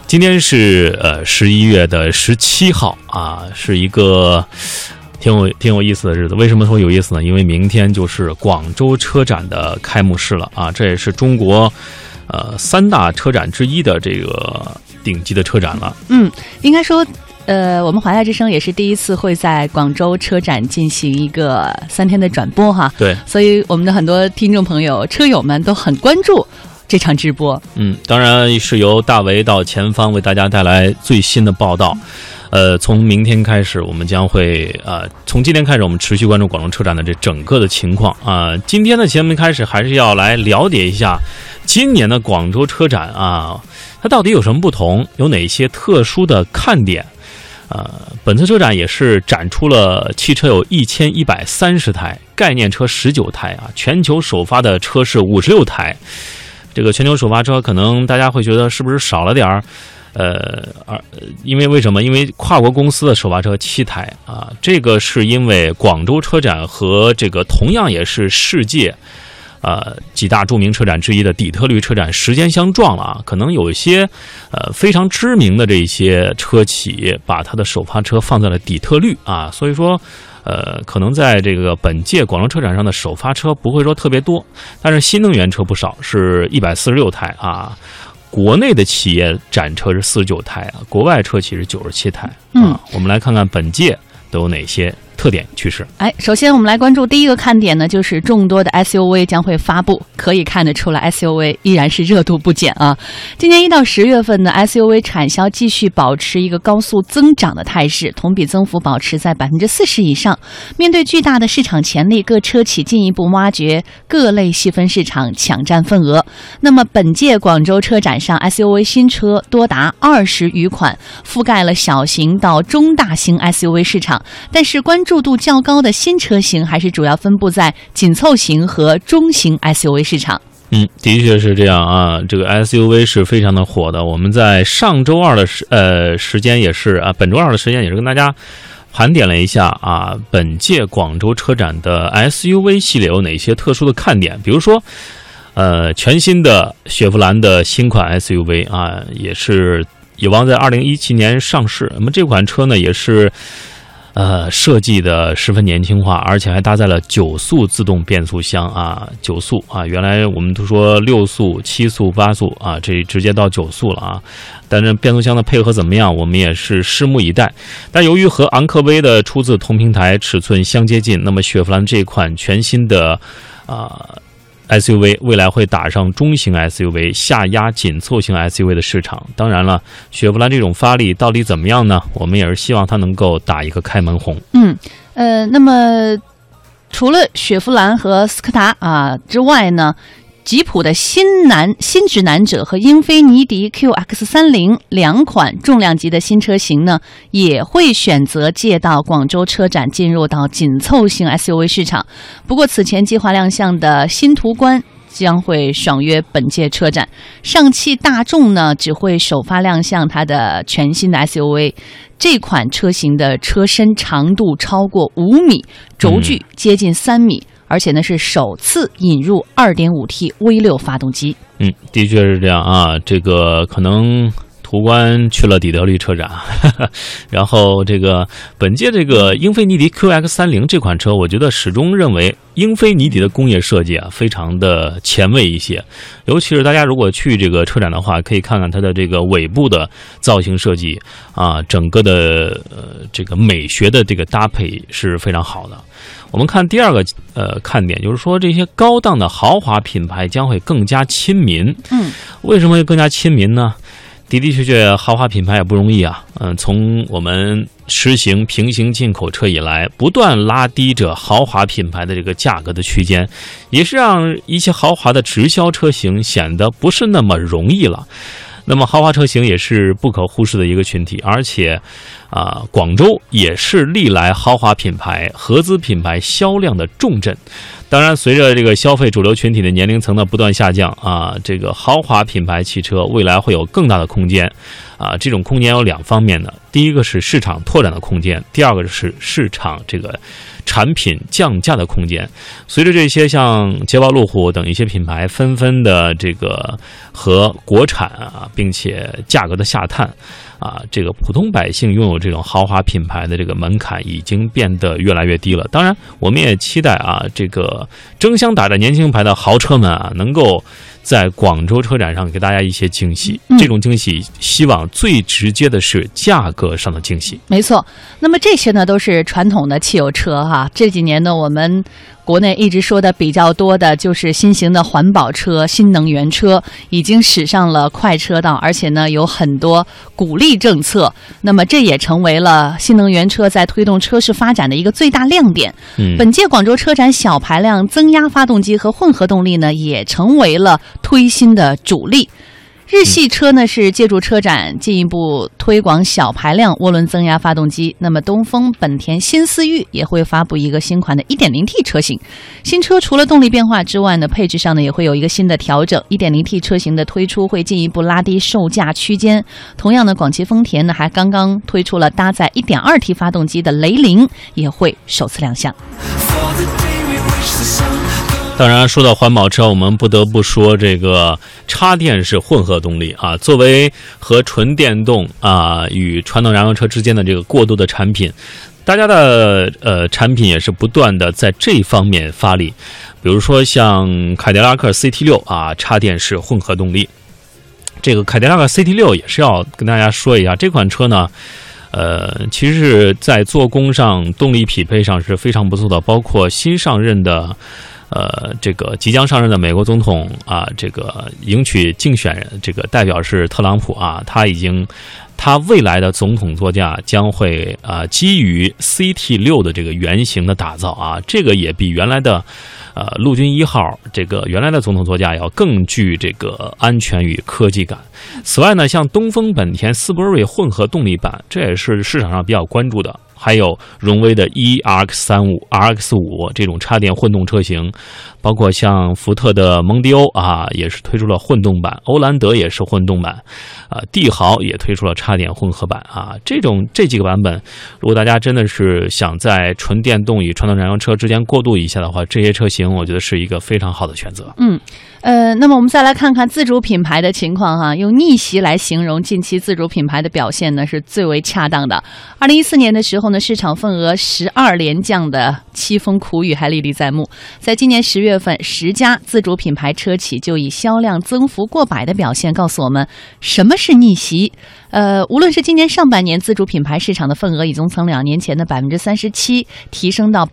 今天是11月17号啊，是一个挺有意思的日子。为什么说有意思呢？因为明天就是广州车展的开幕式了啊，这也是中国3大车展之一的这个顶级的车展了。 应该说我们华夏之声也是第一次会在广州车展进行一个3天的转播哈。 对， 所以我们的很多听众朋友、车友们都很关注这场直播。 当然是由大为到前方为大家带来最新的报道。从明天开始，我们将会从今天开始，我们持续关注广州车展的这整个的情况啊。今天的节目开始，还是要来了解一下今年的广州车展啊，它到底有什么不同，有哪些特殊的看点？本次车展也是展出了汽车有1130台，概念车19台啊，全球首发的车是56台。这个全球首发车可能大家会觉得是不是少了点儿？因为什么？因为跨国公司的首发车7台啊，这个是因为广州车展和这个同样也是世界几大著名车展之一的底特律车展时间相撞了啊，可能有一些非常知名的这些车企把它的首发车放在了底特律啊，所以说可能在这个本届广州车展上的首发车不会说特别多，但是新能源车不少，是146台啊。国内的企业展车是49台啊，国外车企是97台啊。我们来看看本届都有哪些特点趋势。 首先我们来关注第一个看点呢，就是众多的 SUV 将会发布，可以看得出来 SUV 依然是热度不减啊。今年1到10月份的 SUV 产销继续保持一个高速增长的态势，同比增幅保持在40%以上。面对巨大的市场潜力，各车企进一步挖掘各类细分市场，抢占份额。那么本届广州车展上 SUV 新车多达20余款，覆盖了小型到中大型 SUV 市场，但是关注度较高的新车型还是主要分布在紧凑型和中型 SUV 市场。 的确是这样啊，这个 SUV 是非常的火的。我们在上周二的时间也是本周二的时间也是跟大家盘点了一下啊，本届广州车展的 SUV 系列有哪些特殊的看点。比如说全新的雪佛兰的新款 SUV 啊，也是有望在2017年上市。那么这款车呢也是设计的十分年轻化，而且还搭载了9速自动变速箱啊，9速啊，原来我们都说6速、7速、8速啊，这直接到9速了啊。但是变速箱的配合怎么样，我们也是拭目以待。但由于和昂科威的出自同平台，尺寸相接近，那么雪佛兰这款全新的SUV 未来会打上中型 SUV 下压紧凑型 SUV 的市场。当然了，雪佛兰这种发力到底怎么样呢？我们也是希望它能够打一个开门红。 那么除了雪佛兰和斯柯达之外呢，吉普的新指南者和英菲尼迪 QX30 2款重量级的新车型呢，也会选择借到广州车展进入到紧凑型 SUV 市场。不过此前计划亮相的新途观将会爽约本届车展。上汽大众呢只会首发亮相它的全新的 SUV， 这款车型的车身长度超过5米，轴距接近3米。而且呢是首次引入 2.5T V6 发动机。 的确是这样啊，这个可能途观去了底特律车展然后这个本届这个英菲尼迪 QX30 这款车，我觉得始终认为英菲尼迪的工业设计非常的前卫一些，尤其是大家如果去这个车展的话，可以看看它的这个尾部的造型设计啊，整个的这个美学的这个搭配是非常好的。我们看第二个看点，就是说这些高档的豪华品牌将会更加亲民。为什么会更加亲民呢？的确豪华品牌也不容易啊。从我们实行平行进口车以来，不断拉低着豪华品牌的这个价格的区间，也是让一些豪华的直销车型显得不是那么容易了。那么豪华车型也是不可忽视的一个群体，而且广州也是历来豪华品牌、合资品牌销量的重镇。 当然，随着这个消费主流群体的年龄层的不断下降啊，这个豪华品牌汽车未来会有更大的空间啊。这种空间有2方面的，第一个是市场拓展的空间，第二个是市场这个产品降价的空间。随着这些像捷豹、路虎等一些品牌纷纷的这个和国产啊，并且价格的下探啊，这个普通百姓拥有这种豪华品牌的这个门槛已经变得越来越低了。当然，我们也期待啊，这个争相打着年轻牌的豪车们啊，能够在广州车展上给大家一些惊喜。这种惊喜，希望最直接的是价格上的惊喜。 没错，那么这些呢都是传统的汽油车哈。这几年呢，我们国内一直说的比较多的就是新型的环保车、新能源车，已经驶上了快车道，而且呢有很多鼓励政策。那么这也成为了新能源车在推动车市发展的一个最大亮点。本届广州车展小排量增压发动机和混合动力呢，也成为了推新的主力。日系车呢是借助车展进一步推广小排量涡轮增压发动机。那么东风本田新思域也会发布一个新款的 1.0T 车型。新车除了动力变化之外呢，配置上呢也会有一个新的调整。1.0T 车型的推出会进一步拉低售价区间。同样呢，广汽丰田呢还刚刚推出了搭载 1.2T 发动机的雷凌，也会首次亮相。 当然，说到环保车，我们不得不说这个插电式混合动力啊，作为和纯电动啊与传统燃油车之间的这个过渡的产品，大家的产品也是不断的在这方面发力。比如说像凯迪拉克 CT6 啊，插电式混合动力。这个凯迪拉克 CT6 也是要跟大家说一下，这款车呢。其实是在做工上、动力匹配上是非常不错的，包括新上任的，这个即将上任的美国总统啊，这个迎娶竞选这个代表是特朗普啊，他未来的总统座驾将会基于 CT6 的这个原型的打造啊，这个也比原来的陆军1号这个原来的总统座驾要更具这个安全与科技感。此外呢，像东风本田斯铂瑞混合动力版，这也是市场上比较关注的。还有荣威的 RX35、RX5 这种插电混动车型，包括像福特的蒙迪欧啊，也是推出了混动版，欧蓝德也是混动版，帝豪也推出了插电混合版啊。这几个版本，如果大家真的是想在纯电动与传统燃油车之间过渡一下的话，这些车型我觉得是一个非常好的选择。 那么我们再来看看自主品牌的情况哈，用逆袭来形容近期自主品牌的表现呢，是最为恰当的。2014年的时候呢，市场份额12连降的凄风苦雨还历历在目。在今年10月份，10家自主品牌车企就以销量增幅过百的表现告诉我们什么是逆袭。无论是今年上半年自主品牌市场的份额已经从2年前的37%提升到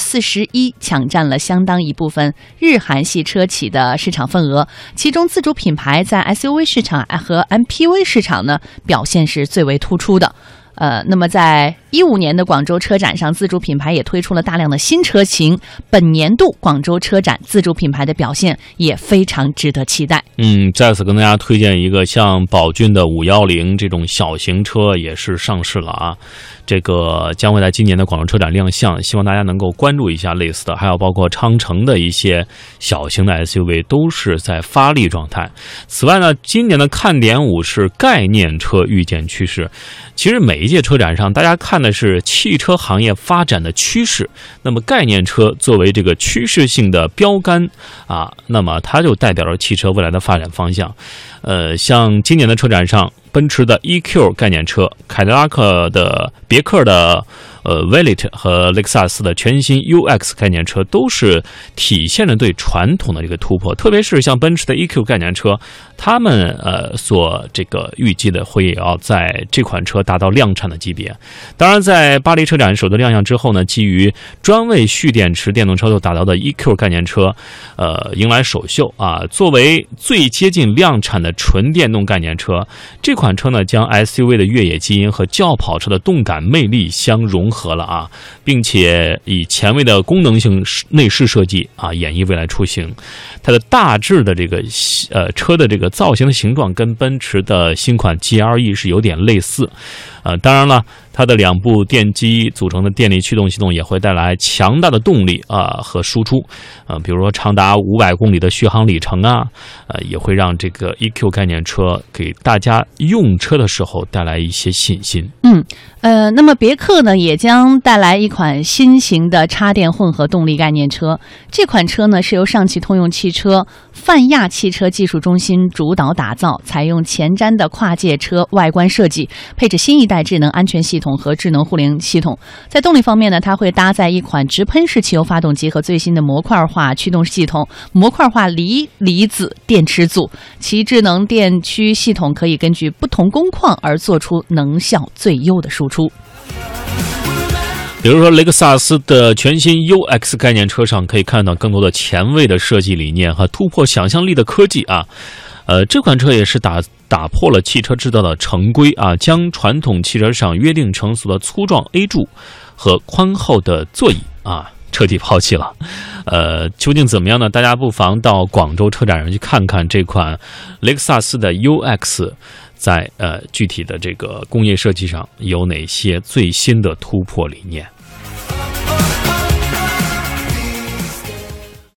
41%，抢占了相当一部分日韩系车企的市场份额。其中自主品牌在 SUV 市场和 MPV 市场呢表现是最为突出的。那么在15年的广州车展上，自主品牌也推出了大量的新车型。本年度广州车展自主品牌的表现也非常值得期待。 在此跟大家推荐一个像宝骏的510这种小型车也是上市了啊，这个将会在今年的广州车展亮相，希望大家能够关注一下类似的。还有包括昌城的一些小型的 SUV 都是在发力状态。此外呢，今年的看点5是概念车预见趋势。其实每一届车展上，大家看的是汽车行业发展的趋势，那么概念车作为这个趋势性的标杆啊，那么它就代表着汽车未来的发展方向。像今年的车展上，奔驰的 EQ 概念车，凯迪拉克的别克的Velit 和雷克萨斯的全新 UX 概念车都是体现了对传统的这个突破，特别是像奔驰的 EQ 概念车，他们所这个预计的会也要在这款车达到量产的级别。当然，在巴黎车展首次亮相之后呢，基于专为蓄电池电动车打造的 EQ 概念车，迎来首秀啊。作为最接近量产的纯电动概念车，这款车呢将 SUV 的越野基因和轿跑车的动感魅力相融合了啊，并且以前卫的功能性内饰设计啊演绎未来出行。它的大致的这个车的这个造型的形状跟奔驰的新款 GLE 是有点类似。当然了， 它的2部电机组成的电力驱动系统也会带来强大的动力和输出，比如说长达500公里的续航里程也会让这个 EQ 概念车给大家用车的时候带来一些信心。 那么别克呢也将带来一款新型的插电混合动力概念车。这款车呢是由上汽通用汽车泛亚汽车技术中心主导打造，采用前瞻的跨界车外观设计，配置新一代智能安全系统和智能互联系统。在动力方面呢，它会搭载一款直喷式汽油发动机和最新的模块化驱动系统、模块化锂离子电池组，其智能电驱系统可以根据不同工况而做出能效最优的输出。 比如说雷克萨斯的全新 UX 概念车上可以看到更多的前卫的设计理念和突破想象力的科技这款车也是打破了汽车制造的成规将传统汽车上约定成俗的粗壮 A 柱和宽厚的座椅彻底抛弃了。究竟怎么样呢？大家不妨到广州车展上去看看这款雷克萨斯的 UX 在具体的这个工业设计上有哪些最新的突破理念。